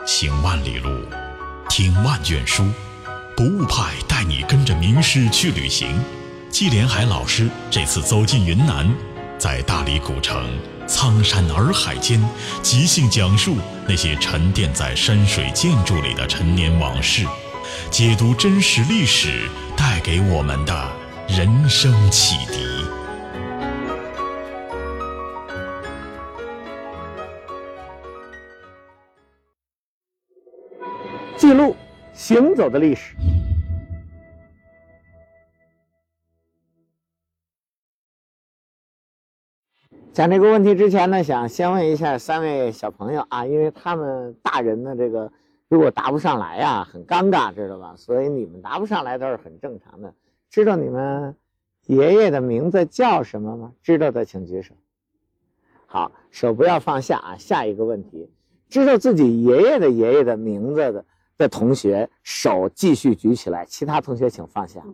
行万里路，听万卷书，不误派带你跟着名师去旅行。季连海老师这次走进云南，在大理古城、苍山洱海间，即兴讲述那些沉淀在山水建筑里的陈年往事，解读真实历史带给我们的人生启迪。 记录行走的历史。讲这个问题之前呢，想先问一下三位小朋友啊，因为他们大人呢，这个如果答不上来呀，很尴尬，知道吧？所以你们答不上来都是很正常的。知道你们爷爷的名字叫什么吗？知道的请举手。好，手不要放下啊。下一个问题，知道自己爷爷的名字的同学手继续举起来，其他同学请放下。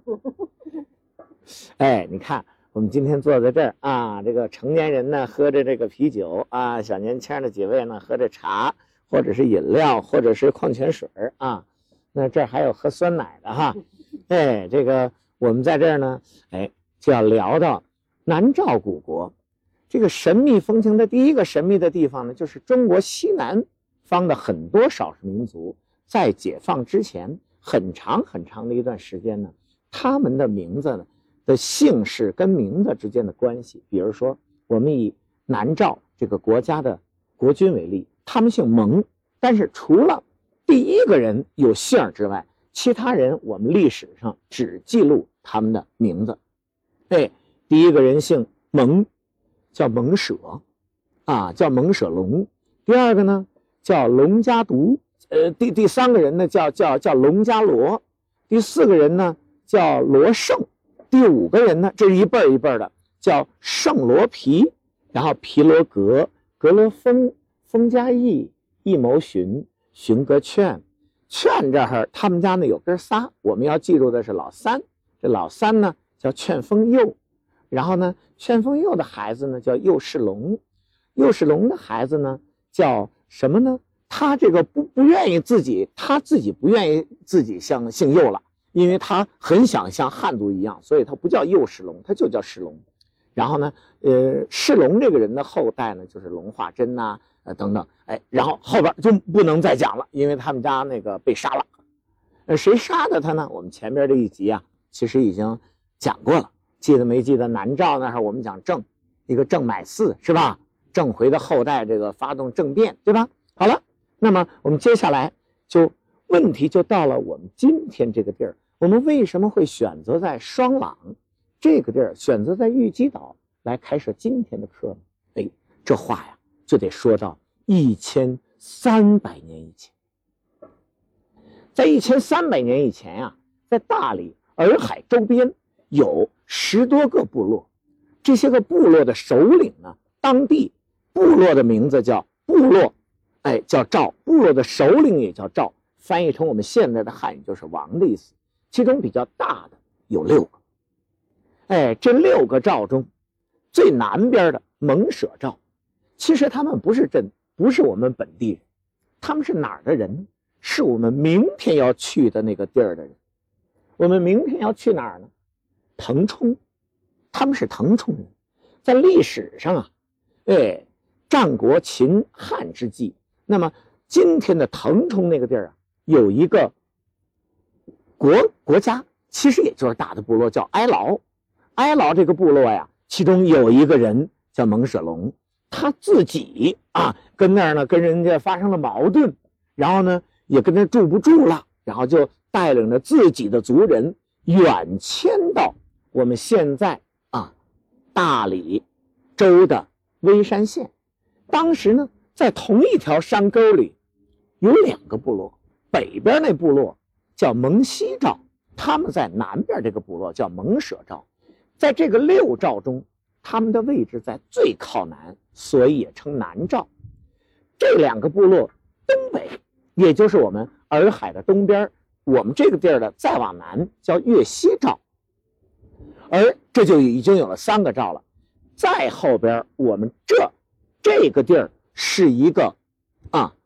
哎，你看我们今天坐在这儿啊，这个成年人呢喝着这个啤酒啊，小年轻的几位呢喝着茶或者是饮料或者是矿泉水啊，那这儿还有喝酸奶的哈。哎，这个我们在这儿呢，哎，就要聊到南诏古国。这个神秘风情的第一个神秘的地方呢，就是中国西南方的很多少数民族在解放之前很长的一段时间呢，他们的名字呢的姓氏跟名字之间的关系，比如说我们以南诏这个国家的国君为例，他们姓蒙，但是除了第一个人有姓之外，其他人我们历史上只记录他们的名字。哎，第一个人姓蒙，叫蒙舍啊，叫蒙舍龙。第二个呢叫龙家独，第三个人呢叫龙家罗。第四个人呢叫罗胜。第五个人呢，这是一辈儿一辈儿的，叫圣罗皮，然后皮罗格，格罗风，风家义，义谋荀，荀格劝，劝这儿他们家呢有哥仨，我们要记住的是老三。这老三呢叫劝封佑，然后呢劝封佑的孩子呢叫右世龙，右世龙的孩子呢叫什么呢？他这个不愿意自己，他自己不愿意自己姓右了，因为他很想像汉族一样，所以他不叫右世龙，他就叫世龙。然后呢，世龙这个人的后代呢，就是龙化真呐，等等，哎，然后后边就不能再讲了，因为他们家那个被杀了。谁杀的他呢？我们前边这一集啊，其实已经讲过了，记得没记得？南诏那儿我们讲郑，一个郑买嗣是吧？郑回的后代这个发动政变，对吧？好了，那么我们接下来问题就到了我们今天这个地儿。我们为什么会选择在双廊这个地儿，选择在玉基岛来开设今天的课呢？哎，这话呀就得说到1300年以前。在1300年以前呀，在大理洱海周边有10多个部落，这些个部落的首领呢，当地部落的名字叫部落，哎，叫赵，部落的首领也叫赵，翻译成我们现在的汉语就是王的意思。其中比较大的有6个，哎，这6个赵中，最南边的蒙舍赵，其实他们不是我们本地人，他们是哪儿的人呢？是我们明天要去的那个地儿的人。我们明天要去哪儿呢？腾冲，他们是腾冲人。在历史上啊，哎，战国秦汉之际，那么今天的腾冲那个地儿啊，有一个国家，其实也就是大的部落，叫哀牢。哀牢这个部落呀，其中有一个人叫蒙舍龙，他自己啊跟那儿呢跟人家发生了矛盾，然后呢也跟那住不住了，然后就带领着自己的族人远迁到我们现在啊大理州的微山县。当时呢在同一条山沟里有2个部落，北边那部落叫蒙西赵，他们在南边这个部落叫蒙舍赵。在这个6赵中，他们的位置在最靠南，所以也称南赵。这2个部落东北，也就是我们洱海的东边，我们这个地儿的再往南叫越西赵，而这就已经有了3个赵了。再后边我们这个地儿是一个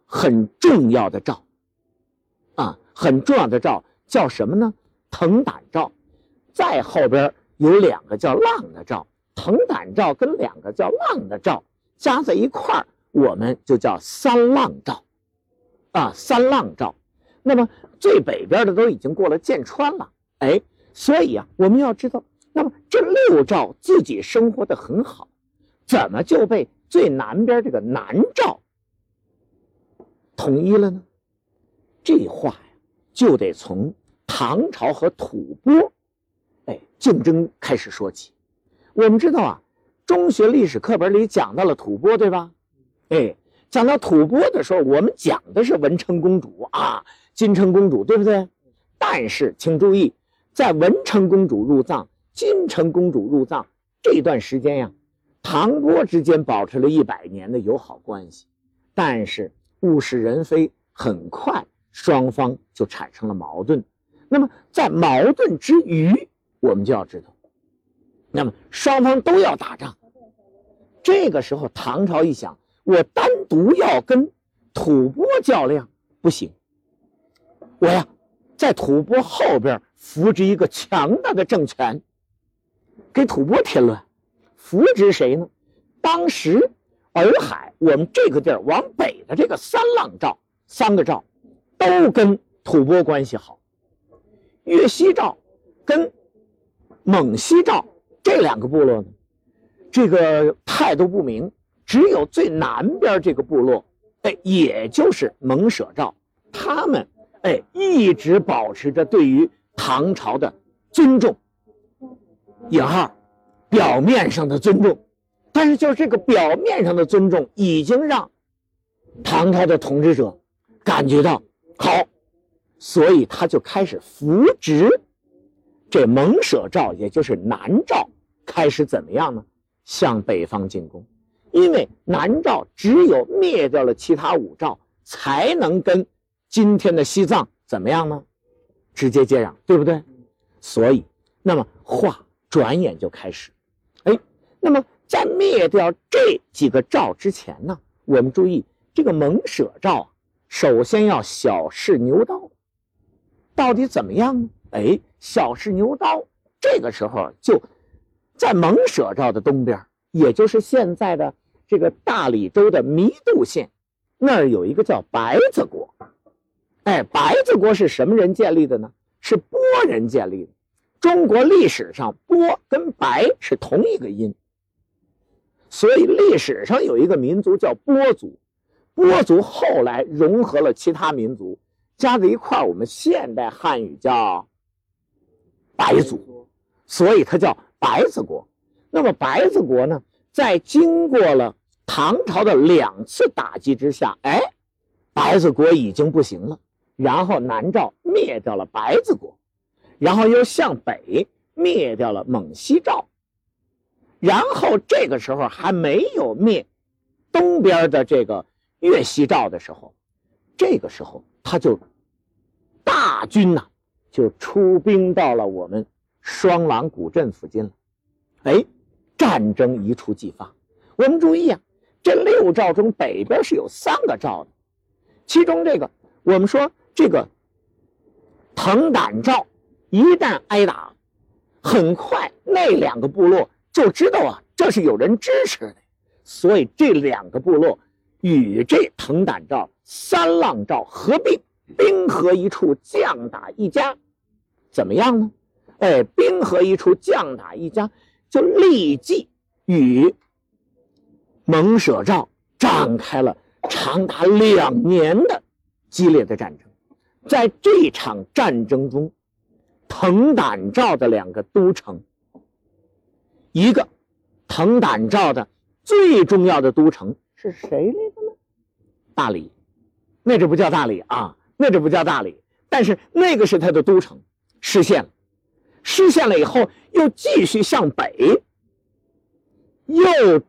很重要的诏啊，很重要的诏叫什么呢？腾胆诏。再后边有2个叫浪的诏，腾胆诏跟2个叫浪的诏加在一块儿，我们就叫3浪诏啊，3浪诏。那么最北边的都已经过了剑川了，哎，所以啊，我们要知道，那么这6诏自己生活的很好，怎么就被最南边这个南诏统一了呢？这话呀，就得从唐朝和吐蕃竞争开始说起。我们知道啊，中学历史课本里讲到了吐蕃，对吧？讲到吐蕃的时候，我们讲的是文成公主啊，金城公主，对不对？但是请注意，在文成公主入藏、金城公主入藏这段时间呀，唐蕃之间保持了100年的友好关系，但是物是人非，很快双方就产生了矛盾。那么在矛盾之余，我们就要知道，那么双方都要打仗。这个时候唐朝一想，我单独要跟吐蕃较量不行，我呀在吐蕃后边扶植一个强大的政权，给吐蕃添乱。扶植谁呢？当时洱海我们这个地儿往北的这个3浪诏，3个诏都跟吐蕃关系好。越西诏跟蒙西诏这2个部落呢，这个态度不明，只有最南边这个部落，也就是蒙舍诏，他们一直保持着对于唐朝的尊重，引号表面上的尊重，但是就是这个表面上的尊重已经让唐朝的统治者感觉到好，所以他就开始扶植这蒙舍诏，也就是南诏，开始怎么样呢？向北方进攻。因为南诏只有灭掉了其他5诏，才能跟今天的西藏怎么样呢？直接接壤，对不对？所以那么话转眼就开始。那么在灭掉这几个诏之前呢，我们注意这个蒙舍诏啊，首先要小试牛刀。到底怎么样呢？小试牛刀，这个时候就在蒙舍诏的东边，也就是现在的这个大理州的弥度县，那儿有一个叫白子国。白子国是什么人建立的呢？是波人建立的。中国历史上波跟白是同一个音，所以历史上有一个民族叫波族。波族后来融合了其他民族，加在一块我们现代汉语叫白族，所以它叫白子国。那么白子国呢，在经过了唐朝的2次打击之下，白子国已经不行了。然后南诏灭掉了白子国，然后又向北灭掉了蒙西诏，然后这个时候还没有灭东边的这个越西诏的时候，这个时候他就大军就出兵到了我们双廊古镇附近了。战争一触即发。我们注意这6诏中北边是有3个诏的，其中这个我们说这个腾胆诏一旦挨打，很快那2个部落就知道这是有人支持的，所以这2个部落与这腾胆诏、3浪诏合并，兵合一处，将打一家。怎么样呢？兵合一处，将打一家，就立即与蒙舍诏展开了长达2年的激烈的战争。在这场战争中，腾胆诏的2个都城，一个腾胆诏的最重要的都城是谁来的呢？大理。那这不叫大理啊，那这不叫大理，但是那个是他的都城，失陷了。失陷了以后，又继续向北，又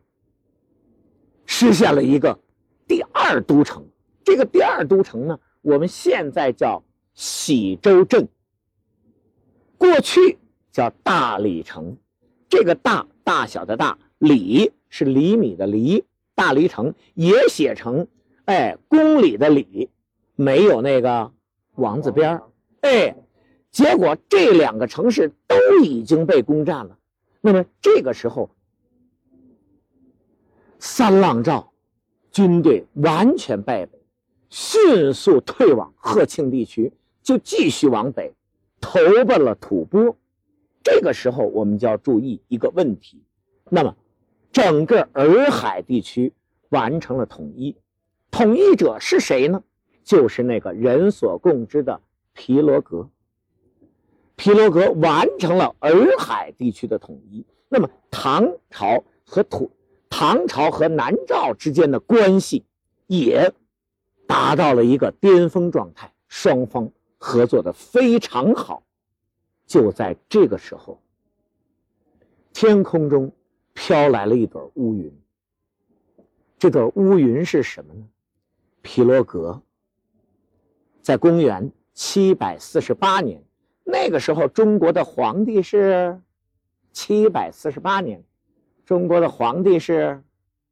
失陷了一个第2都城。这个第2都城呢，我们现在叫喜洲镇，过去叫大理城。这个大小的大，理是厘米的厘，大理城也写成公里的里没有那个王字边结果这2个城市都已经被攻占了。那么这个时候，三浪赵军队完全败北，迅速退往鹤庆地区，就继续往北投奔了吐蕃。这个时候我们就要注意一个问题，那么整个洱海地区完成了统一，统一者是谁呢？就是那个人所共知的毗罗格。毗罗格完成了洱海地区的统一，那么唐朝和南诏之间的关系也达到了一个巅峰状态，双方合作的非常好。就在这个时候，天空中飘来了一朵乌云。这朵乌云是什么呢？毗罗格在公元748年，那个时候中国的皇帝是748年，中国的皇帝是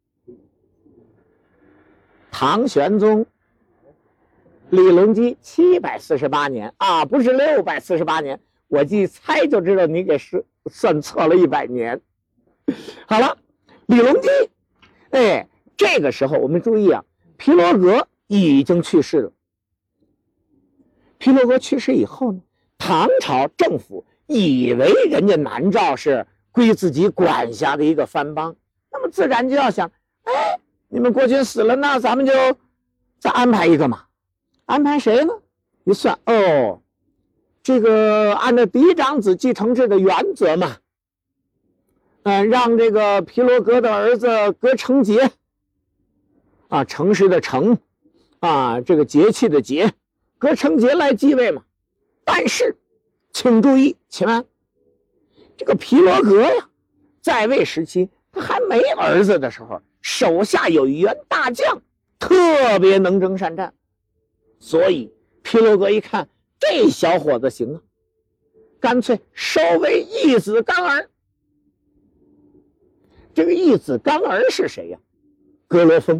唐玄宗李隆基748年啊，不是648年。我一猜就知道你给算错了100年。好了，李隆基，这个时候我们注意啊，毗罗格已经去世了。毗罗格去世以后呢，唐朝政府以为人家南诏是归自己管辖的一个藩邦，那么自然就要想，你们国君死了，那咱们就再安排一个嘛。安排谁呢？一算，这个按照嫡长子继承制的原则嘛，让这个毗罗格的儿子格成节，城市的城，这个节气的节，格成节来继位嘛。但是，请注意，请问，这个毗罗格呀，在位时期他还没儿子的时候，手下有一员大将，特别能征善战，所以毗罗格一看，这小伙子行啊，干脆收为义子干儿。这个义子干儿是谁呀？格罗峰。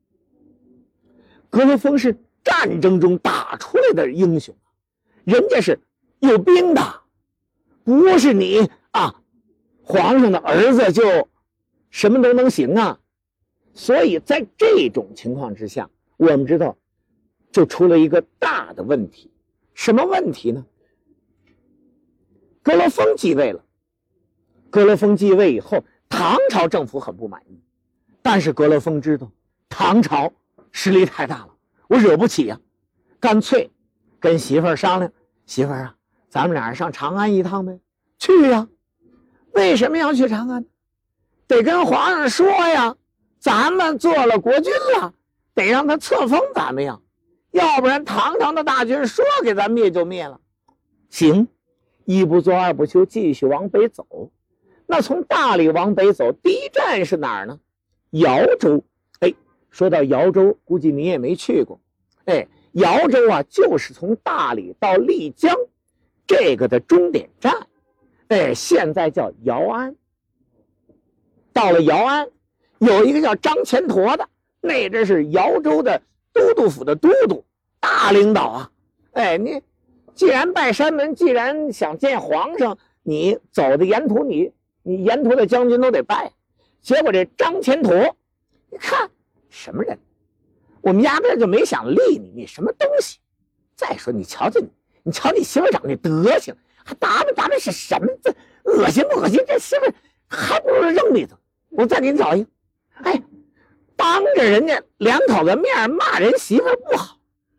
格罗峰是战争中打出来的英雄，人家是有兵的，不是你皇上的儿子就什么都能行啊。所以在这种情况之下，我们知道就出了一个大的问题。什么问题呢？格罗峰继位了。格罗峰继位以后，唐朝政府很不满意，但是格罗峰知道唐朝实力太大了，我惹不起呀，干脆跟媳妇儿商量，媳妇儿啊，咱们俩上长安一趟呗。去呀。为什么要去长安？得跟皇上说呀，咱们做了国君了，得让他册封咱们呀，要不然唐朝的大军说给咱灭就灭了。行，一不做二不休，继续往北走。那从大理往北走，第一站是哪儿呢？姚州。说到姚州，估计你也没去过。姚州啊，就是从大理到丽江这个的终点站。现在叫姚安。到了姚安，有一个叫张虔陀的，那这是姚州的都督府的都督，大领导啊。你既然拜山门，既然想见皇上，你走的沿途你沿途的将军都得拜。结果这张虔陀，你看什么人？我们压根就没想立你，你什么东西？再说你瞧瞧你瞧你媳妇长那德行，还打扮是什么？这恶心不恶心？这媳妇还不如扔里头。我再给你找一个。当着人家两口子面骂人媳妇不好。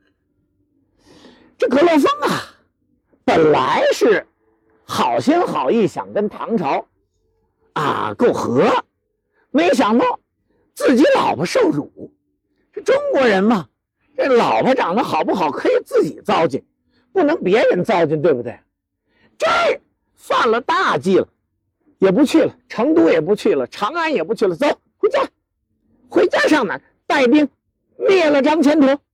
这格罗峰啊，本来是好心好意想跟唐朝媾和，没想到自己老婆受辱。这中国人嘛，这老婆长得好不好可以自己糟践，不能别人糟践，对不对？这犯了大忌了，也不去了，成都也不去了，长安也不去了，走回家。回家上哪儿？带兵灭了张虔陀，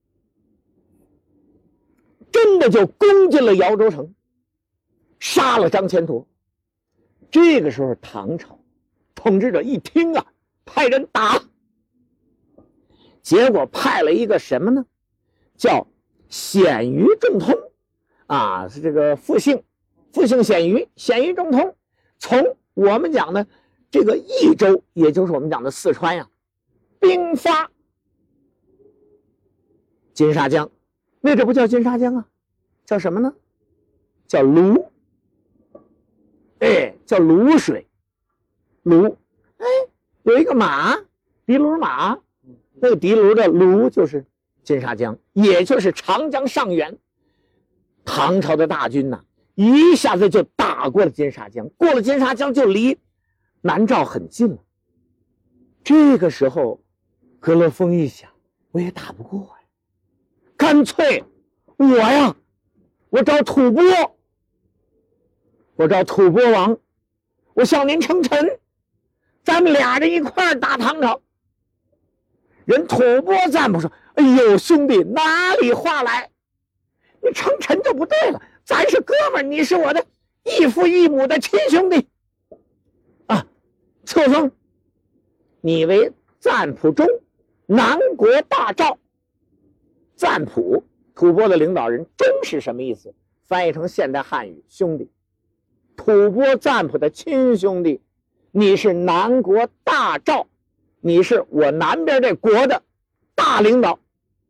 真的就攻进了姚州城，杀了张虔陀。这个时候唐朝统治者一听派人打。 结果派了一个什么呢？叫鲜于仲通啊，是这个复姓鲜于仲通，从我们讲的这个益州，也就是我们讲的四川呀，兵发金沙江。那这不叫金沙江啊，叫什么呢？叫泸，叫泸水。泸，有一个马，的卢马，那个的卢的卢就是金沙江，也就是长江上源。唐朝的大军呢，一下子就打过了金沙江，过了金沙江就离南诏很近了。这个时候，格罗风一想，我也打不过呀，干脆我找吐蕃，王，我向您称臣，咱们俩人一块打唐朝。人吐蕃赞普说：“哎呦，兄弟，哪里话来？你称臣就不对了，咱是哥们儿，你是我的异父异母的亲兄弟啊！册封你为赞普中南国大诏。赞普，吐蕃的领导人，中是什么意思？翻译成现代汉语，兄弟。吐蕃赞普的亲兄弟，你是南国大诏，你是我南边这国的大领导。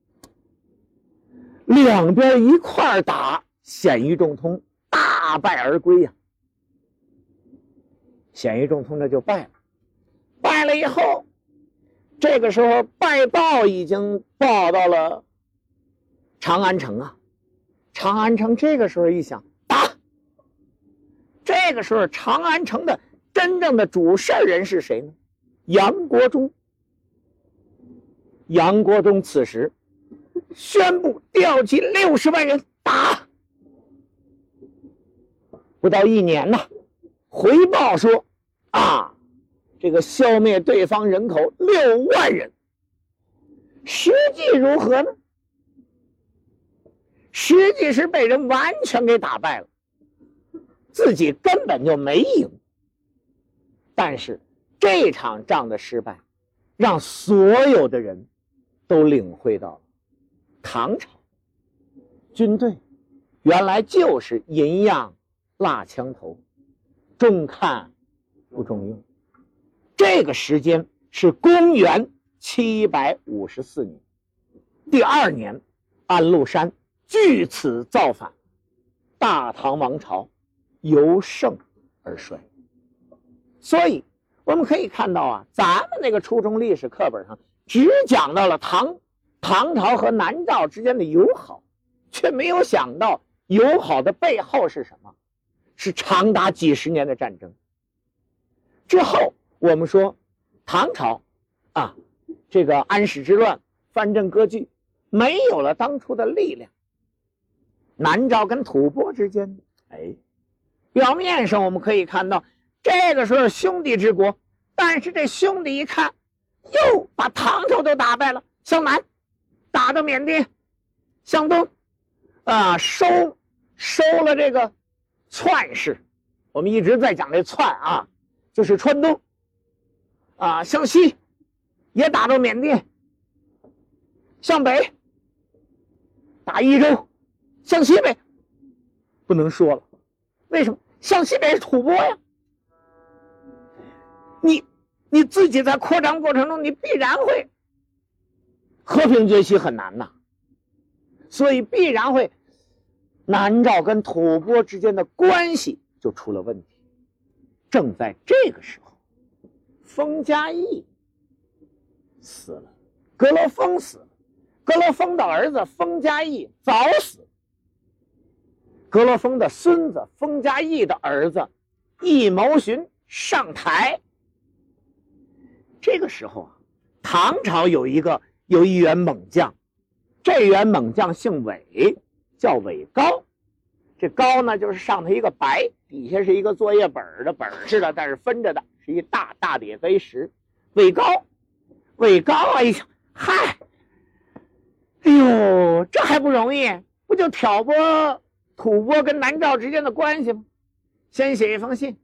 两边一块打，鲜于仲通大败而归呀。鲜于仲通这就败了，败了以后，这个时候败报已经报到了长安城啊。长安城这个时候一想打，这个时候长安城的真正的主事人是谁呢？杨国忠。杨国忠此时宣布调集60万人打。不到1年呢，回报说这个消灭对方人口6万人。实际如何呢？实际是被人完全给打败了，自己根本就没赢。但是这场仗的失败，让所有的人都领会到了唐朝军队原来就是银样蜡枪头，重看不重用。这个时间是公元754年，第2年，安禄山据此造反，大唐王朝由盛而衰。所以我们可以看到咱们那个初中历史课本上只讲到了唐朝和南诏之间的友好，却没有想到友好的背后是什么？是长达几十年的战争。之后我们说唐朝这个安史之乱、藩镇割据，没有了当初的力量。南诏跟吐蕃之间，表面上我们可以看到这个时候兄弟之国，但是这兄弟一看，又把唐朝都打败了，向南打到缅甸，向东收了这个篡氏。我们一直在讲这篡就是川东向西也打到缅甸，向北打益州，向西北不能说了，为什么？向西北是吐蕃呀。你自己在扩张过程中，你必然会和平崛起很难呐，所以必然会南诏跟吐蕃之间的关系就出了问题。正在这个时候，封嘉义死了，格罗风死了，格罗风的儿子封嘉义早死，格罗风的孙子封嘉义的儿子义谋寻上台。这个时候唐朝有一员猛将，这员猛将姓韦，叫韦高。这高呢，就是上头一个白，底下是一个作业本的本似的，但是分着的，是一大大叠碑石。韦高一想，嗨，哎呦，这还不容易，不就挑拨吐蕃跟南诏之间的关系吗？先写一封信，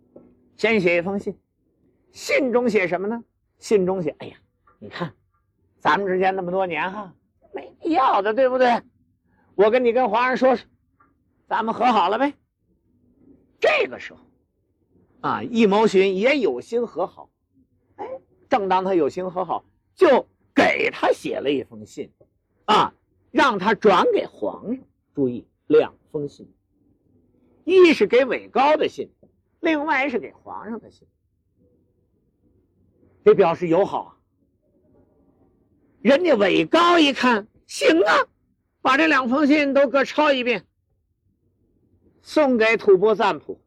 信中写什么呢？信中写，你看咱们之间那么多年哈，没必要的，对不对？我跟皇上说说，咱们和好了呗。这个时候啊，易谋勋也有心和好。哎，正当他有心和好，就给他写了一封信啊，让他转给皇上。注意，2封信，一是给韦高的信，另外是给皇上的信，这表示友好啊。人家韦高一看，行啊，把这2封信都各抄一遍，送给吐蕃赞普。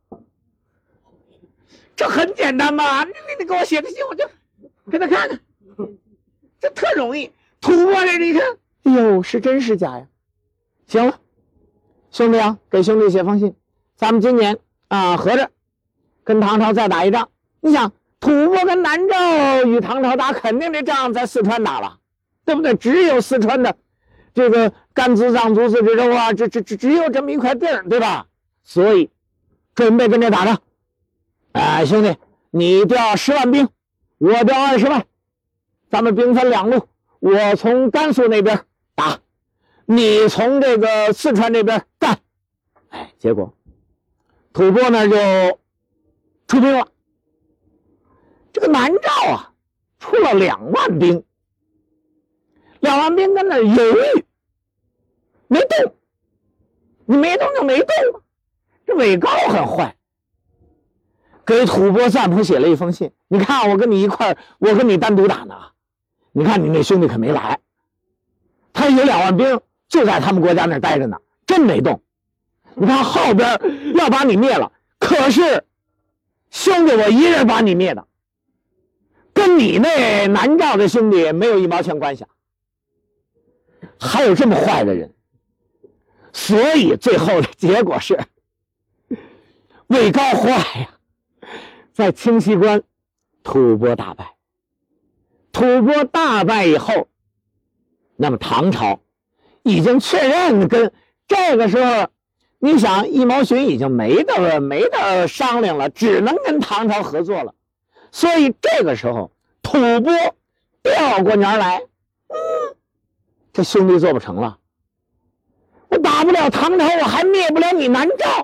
这很简单吧？你给我写个信，我就给他看看，这特容易。吐蕃这你看，哎呦，是真是假呀？行了，兄弟啊，给兄弟写封信，咱们今年啊合着跟唐朝再打一仗。你想，吐蕃跟南诏与唐朝打，肯定这仗在四川打了，对不对？只有四川的这个甘孜藏族自治州啊，只有这么一块地儿，对吧？所以准备跟这打仗。兄弟，你调10万兵，我调20万，咱们兵分2路，我从甘肃那边打，你从这个四川这边干。结果吐蕃那就出兵了。这个南诏啊，出了2万兵，2万兵跟那犹豫，没动。你没动就没动了。这韦高很坏，给吐蕃赞普写了一封信，你看我跟你一块儿，我跟你单独打呢，你看你那兄弟可没来，他有2万兵就在他们国家那儿待着呢，真没动。你看后边要把你灭了，可是兄弟我一人把你灭的，跟你那南诏的兄弟没有1毛钱关系。还有这么坏的人，所以最后的结果是魏高坏呀，在清溪关吐蕃大败。吐蕃大败以后，那么唐朝已经确认跟这个时候，你想易谋勋已经没得商量了，只能跟唐朝合作了。所以这个时候吐蕃调过年来，这兄弟做不成了，我打不了唐朝，我还灭不了你南诏，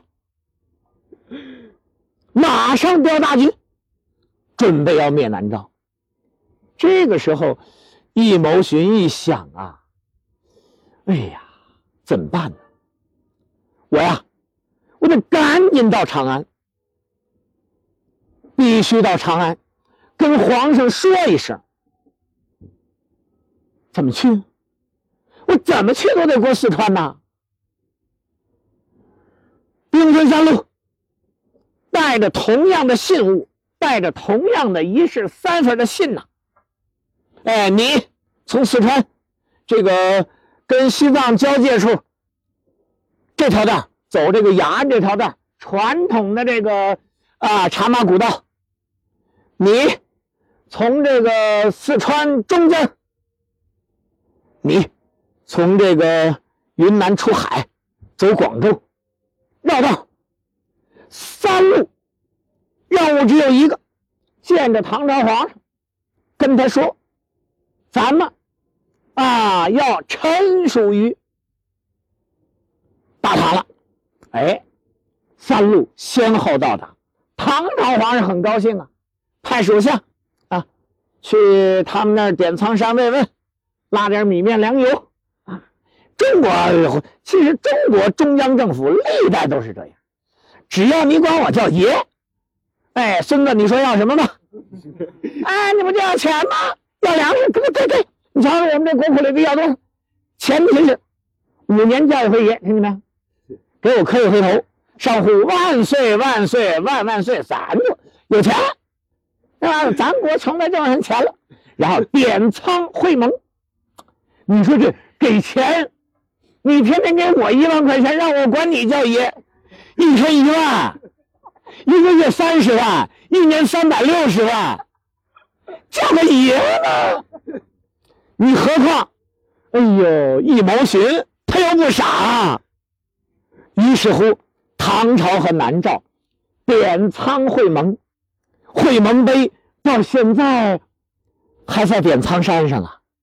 马上调大军准备要灭南诏。这个时候易谋勋一想啊，哎呀，怎么办呢？我得赶紧到长安，必须到长安跟皇上说一声。怎么去？我怎么去都得过四川呐。兵分3路，带着同样的信物，带着同样的1式3份的信呐。你从四川这个跟西藏交界处这条道走，这个雅安这条道，传统的这个茶马古道。你从这个四川中间，你从这个云南出海走广州，绕道，3路，任务只有一个，见着唐朝皇上，跟他说，咱们要臣属于大唐了。3路先后到达，唐朝皇上很高兴啊，派属下去他们那儿点苍山慰问，拉点米面粮油其实中国中央政府历代都是这样，只要你管我叫爷，孙子你说要什么吧？你不就要钱吗？要粮食？对，你瞧我们这国库里边要多少？前提是5年叫一回爷，听见没有？给我磕一回头，上呼万岁万岁万岁3个，有钱，对吧？咱国穷的挣上钱了，然后点苍会盟。你说这给钱，你天天给我1万块钱，让我管你叫爷，一天1万，一个月30万，一年360万，叫个爷呢？你何况，易谋勋他又不傻。于是乎，唐朝和南诏点苍会盟，会盟碑到现在还在点苍山上啊。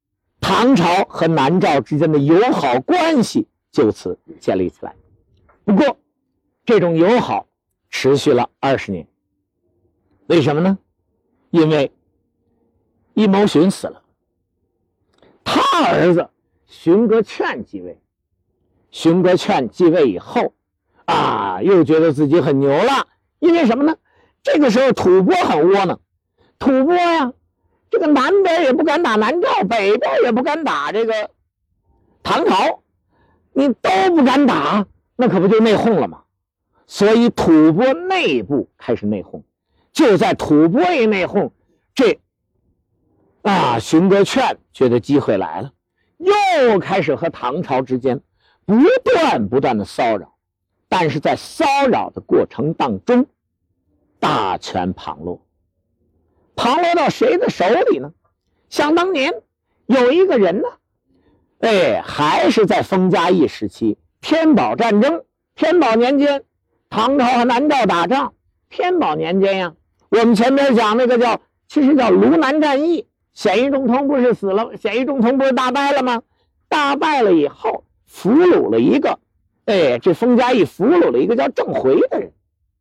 唐朝和南诏之间的友好关系就此建立起来。不过，这种友好持续了20年。为什么呢？因为易谋勋死了，他儿子荀格劝继位。荀格劝继位以后又觉得自己很牛了。因为什么呢？这个时候吐蕃很窝囊，吐蕃呀，这个南边也不敢打南诏，北边也不敢打这个唐朝，你都不敢打，那可不就内讧了吗？所以吐蕃内部开始内讧。就在吐蕃一内讧，这荀格劝觉得机会来了，又开始和唐朝之间不断的骚扰。但是在骚扰的过程当中，大权旁落。旁落到谁的手里呢？想当年有一个人呢，还是在封嘉义时期，天宝战争，天宝年间，唐朝和南诏打仗。天宝年间呀，我们前面讲那个其实叫卢南战役，显义仲通不是死了，显义仲通不是大败了吗？大败了以后，俘虏了一个，这封嘉义俘虏了一个叫郑回的人。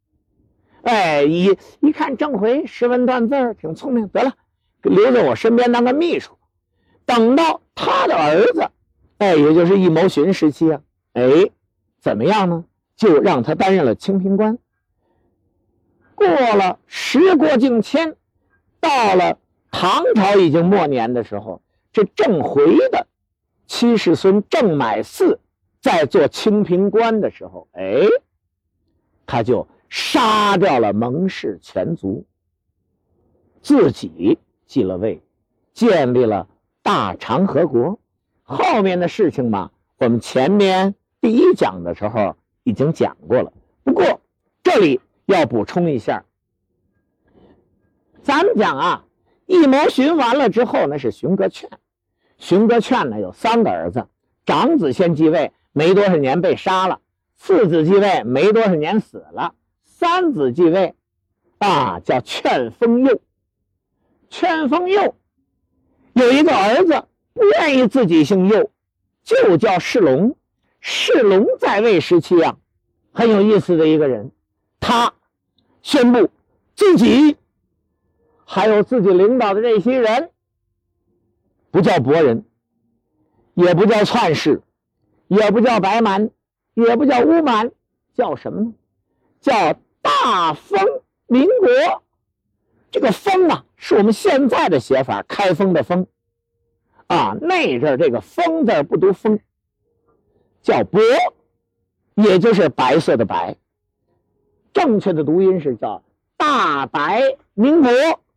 一看郑回识文断字，挺聪明，得了，留在我身边当个秘书。等到他的儿子，也就是易谋勋时期怎么样呢？就让他担任了清平官。过了时过境迁，到了唐朝已经末年的时候，这郑回的七世孙郑买嗣在做清平官的时候，他就杀掉了蒙氏全族，自己继了位，建立了大长河国。后面的事情嘛，我们前面第一讲的时候已经讲过了。不过这里要补充一下，咱们讲易谋勋完了之后，那是荀格劝。荀格劝呢有3个儿子，长子先继位，没多少年被杀了；次子继位，没多少年死了；三子继位，叫劝封佑。劝封佑有一个儿子不愿意自己姓佑，就叫世龙。世龙在位时期很有意思的一个人，他宣布自己还有自己领导的这些人，不叫伯人，也不叫篡氏，也不叫白蛮，也不叫乌蛮，叫什么呢？叫大封民国。这个封是我们现在的写法，开封的封那阵这个封字不读封，叫伯，也就是白色的白，正确的读音是叫大白民国。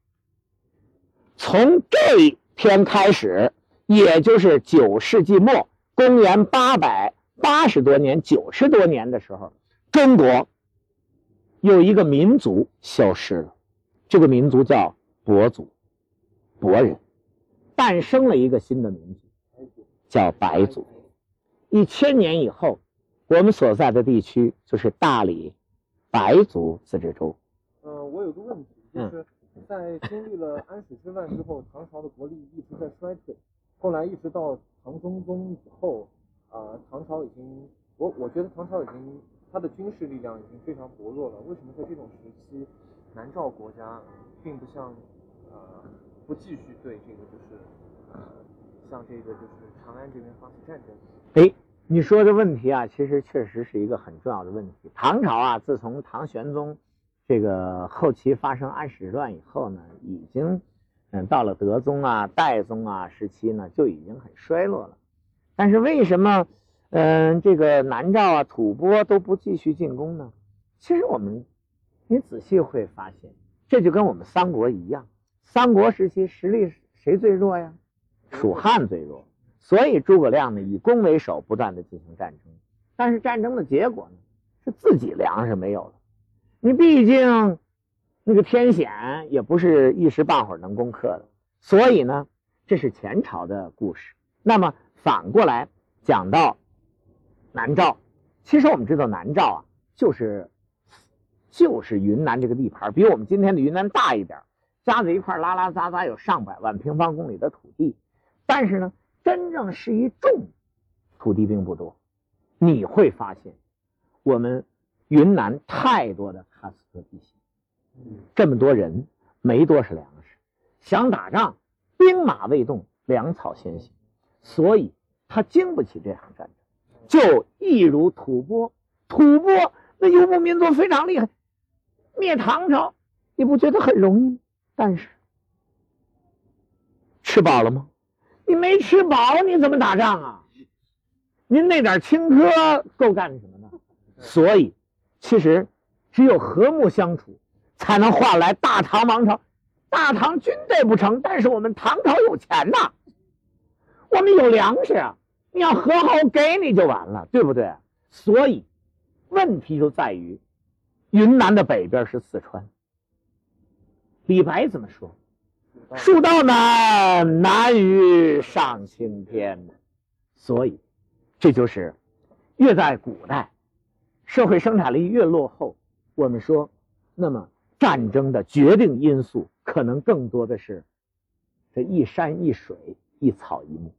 从这一天开始，也就是9世纪末，公元880多年、90多年的时候，中国有一个民族消失了，这个民族叫亳族，亳人，诞生了一个新的民族，叫白族。1000年以后，我们所在的地区就是大理白族自治州。 我有个问题，就是在经历了安史之乱之后，唐朝的国力一直在衰退，后来一直到唐中宗以后，唐朝已经，我觉得唐朝已经它的军事力量已经非常薄弱了。为什么在这种时期，南诏国家并不像不继续对这个就是像这个就是长安这边发起战争？ 你说的问题其实确实是一个很重要的问题。唐朝自从唐玄宗这个后期发生安史之乱以后呢，已经到了德宗代宗时期呢，就已经很衰落了。但是为什么这个南诏吐蕃都不继续进攻呢？其实你仔细会发现，这就跟我们三国一样，三国时期实力谁最弱呀？蜀汉最弱。所以诸葛亮呢以攻为守，不断的进行战争。但是战争的结果呢，是自己粮食没有了。你毕竟那个天险也不是一时半会儿能攻克的。所以呢，这是前朝的故事。那么反过来讲到南诏，其实我们知道南诏就是云南这个地盘，比我们今天的云南大一点，加在一块拉拉杂杂有上百万平方公里的土地。但是呢， 真正是一种土地并不多。你会发现我们云南太多的喀斯特地形，这么多人没多少粮食，想打仗兵马未动，粮草先行，所以他经不起这场战争。就一如吐蕃，吐蕃那游牧民族非常厉害，灭唐朝你不觉得很容易吗？但是吃饱了吗？你没吃饱你怎么打仗啊？您那点轻科够干什么呢？所以其实只有和睦相处才能换来大唐王朝。大唐军队不成，但是我们唐朝有钱呐，我们有粮食啊，你要和好给你就完了，对不对？所以问题就在于云南的北边是四川。李白怎么说？蜀道难，难于上青天。所以这就是越在古代社会生产力越落后，我们说那么战争的决定因素可能更多的是这一山一水一草一木。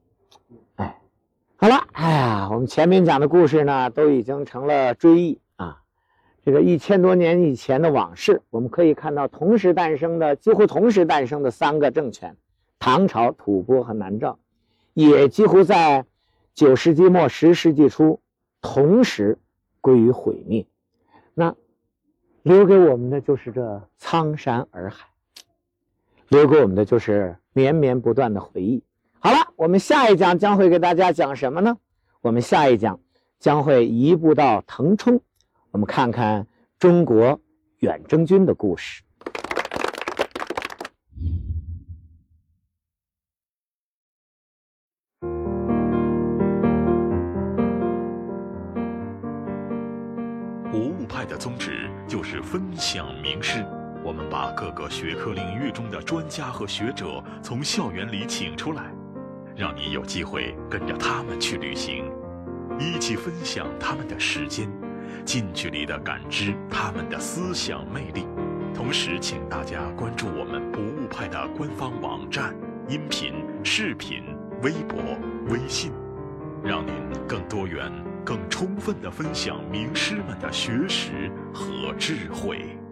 好了，我们前面讲的故事呢都已经成了追忆啊，这个1000多年以前的往事，我们可以看到几乎同时诞生的3个政权，唐朝、吐蕃和南诏，也几乎在9世纪末10世纪初同时归于毁灭。那留给我们的就是这苍山洱海，留给我们的就是绵绵不断的回忆。好了，我们下一讲将会给大家讲什么呢？我们下一讲将会移步到腾冲，我们看看中国远征军的故事。 博物派的宗旨就是分享名师，我们把各个学科领域中的专家和学者从校园里请出来，让你有机会跟着他们去旅行，一起分享他们的时间，近距离地感知他们的思想魅力。同时请大家关注我们博物派的官方网站、音频、视频、微博、微信，让您更多元更充分地分享名师们的学识和智慧。